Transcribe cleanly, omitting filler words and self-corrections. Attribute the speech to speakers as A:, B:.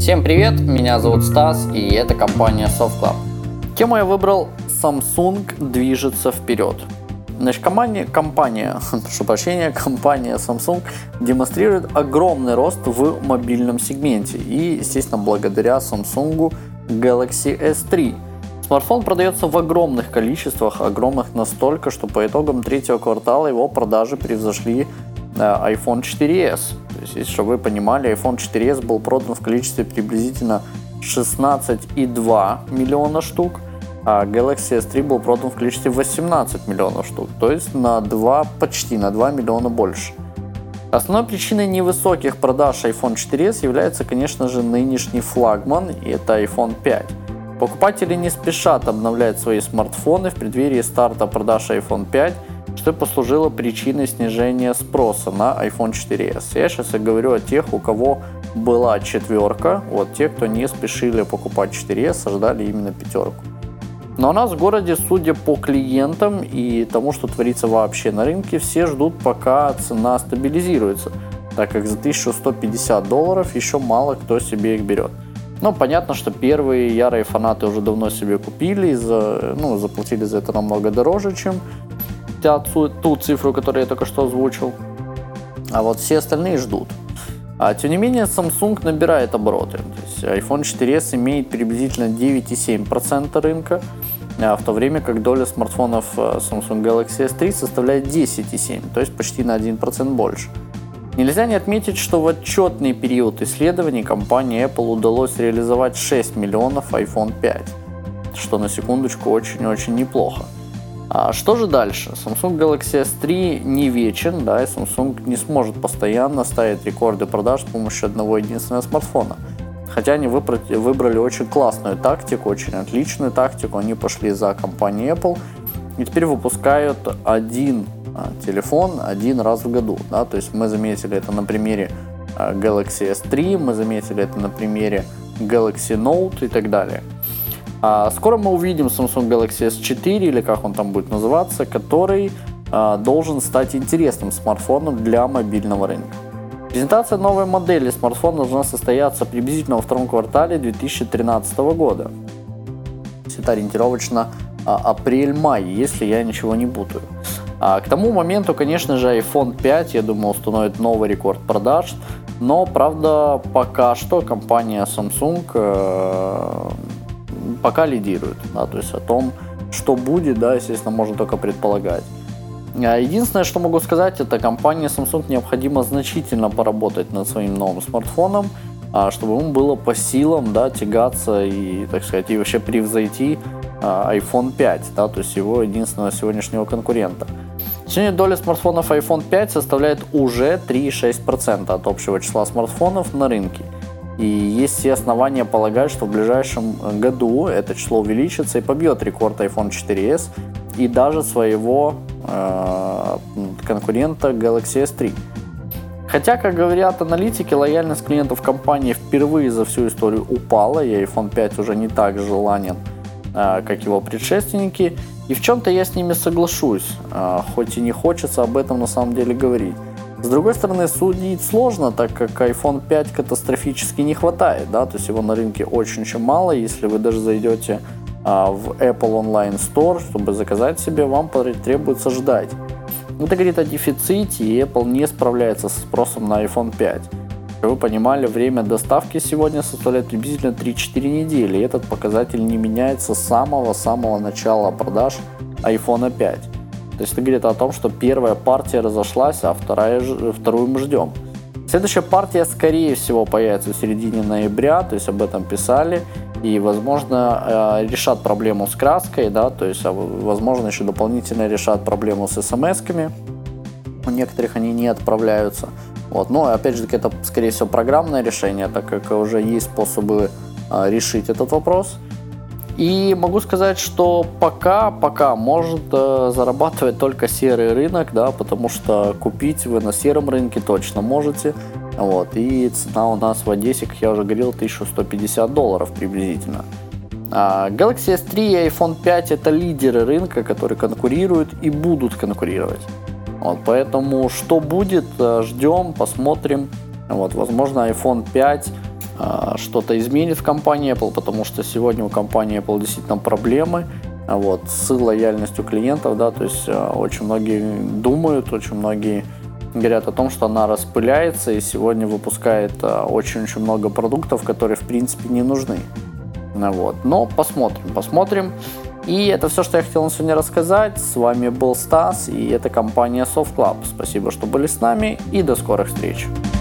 A: Всем привет, меня зовут Стас, и это компания SoftClub. Тему я выбрал Samsung движется вперед. Значит, компания Samsung демонстрирует огромный рост в мобильном сегменте и, естественно, благодаря Samsung Galaxy S3. Смартфон продается в огромных количествах, огромных настолько, что по итогам третьего квартала его продажи превзошли iPhone 4s. То есть, чтобы вы понимали, iPhone 4s был продан в количестве приблизительно 16,2 миллиона штук, а Galaxy S3 был продан в количестве 18 миллионов штук, то есть почти на 2 миллиона больше. Основной причиной невысоких продаж iPhone 4s является, конечно же, нынешний флагман, и это iPhone 5. Покупатели не спешат обновлять свои смартфоны в преддверии старта продаж iPhone 5, что послужило причиной снижения спроса на iPhone 4s. Я сейчас говорю о тех, у кого была четверка, те, кто не спешили покупать 4s, ждали именно пятерку. Но у нас в городе, судя по клиентам и тому, что творится вообще на рынке, все ждут, пока цена стабилизируется, так как за $1150 еще мало кто себе их берет. Но понятно, что первые ярые фанаты уже давно себе купили, заплатили за это намного дороже, чем ту цифру, которую я только что озвучил. А вот все остальные ждут. Тем не менее, Samsung набирает обороты. То есть iPhone 4s имеет приблизительно 9,7% рынка, в то время как доля смартфонов Samsung Galaxy S3 составляет 10,7%, то есть почти на 1% больше. Нельзя не отметить, что в отчетный период исследований компании Apple удалось реализовать 6 миллионов iPhone 5, что на секундочку очень-очень неплохо. А что же дальше? Samsung Galaxy S3 не вечен, и Samsung не сможет постоянно ставить рекорды продаж с помощью одного единственного смартфона. Хотя они выбрали очень классную тактику, очень отличную тактику, они пошли за компанией Apple и теперь выпускают один телефон один раз в году. То есть мы заметили это на примере Galaxy S3, мы заметили это на примере Galaxy Note и так далее. Скоро мы увидим Samsung Galaxy S4, или как он там будет называться, который должен стать интересным смартфоном для мобильного рынка. Презентация новой модели смартфона должна состояться приблизительно во втором квартале 2013 года. Это ориентировочно апрель-май, если я ничего не путаю. К тому моменту, конечно же, iPhone 5, я думаю, установит новый рекорд продаж, но, правда, пока что компания Samsung пока лидирует, то есть о том, что будет, естественно, можно только предполагать. Единственное, что могу сказать, это компании Samsung необходимо значительно поработать над своим новым смартфоном, чтобы ему было по силам, тягаться и, так сказать, и вообще превзойти iPhone 5, то есть его единственного сегодняшнего конкурента. Сегодня доля смартфонов iPhone 5 составляет уже 3,6% от общего числа смартфонов на рынке. И есть все основания полагать, что в ближайшем году это число увеличится и побьет рекорд iPhone 4s и даже своего конкурента Galaxy S3. Хотя, как говорят аналитики, лояльность клиентов компании впервые за всю историю упала, и iPhone 5 уже не так желанен, как его предшественники. И в чем-то я с ними соглашусь, хоть и не хочется об этом на самом деле говорить. С другой стороны, судить сложно, так как iPhone 5 катастрофически не хватает, то есть его на рынке очень мало. Если вы даже зайдете в Apple Online Store, чтобы заказать себе, вам требуется ждать. Это говорит о дефиците, и Apple не справляется с спросом на iPhone 5. Чтобы вы понимали, время доставки сегодня составляет приблизительно 3-4 недели, и этот показатель не меняется с самого начала продаж iPhone 5. То есть это говорит о том, что первая партия разошлась, а вторую мы ждем. Следующая партия, скорее всего, появится в середине ноября, то есть об этом писали, и, возможно, решат проблему с краской, то есть, возможно, еще дополнительно решат проблему с смс-ками. У некоторых они не отправляются. Но, опять же, это, скорее всего, программное решение, так как уже есть способы решить этот вопрос. И могу сказать, что пока может зарабатывать только серый рынок, потому что купить вы на сером рынке точно можете. И цена у нас в Одессе, как я уже говорил, $1150 приблизительно. Galaxy S3 и iPhone 5 это лидеры рынка, которые конкурируют и будут конкурировать. Поэтому что будет, ждем, посмотрим. Возможно, iPhone 5 что-то изменит в компании Apple, потому что сегодня у компании Apple действительно проблемы с лояльностью клиентов, да, то есть очень многие думают, очень многие говорят о том, что она распыляется и сегодня выпускает очень-очень много продуктов, которые в принципе не нужны. Но посмотрим. И это все, что я хотел вам сегодня рассказать. С вами был Стас, и это компания SoftClub. Спасибо, что были с нами, и до скорых встреч.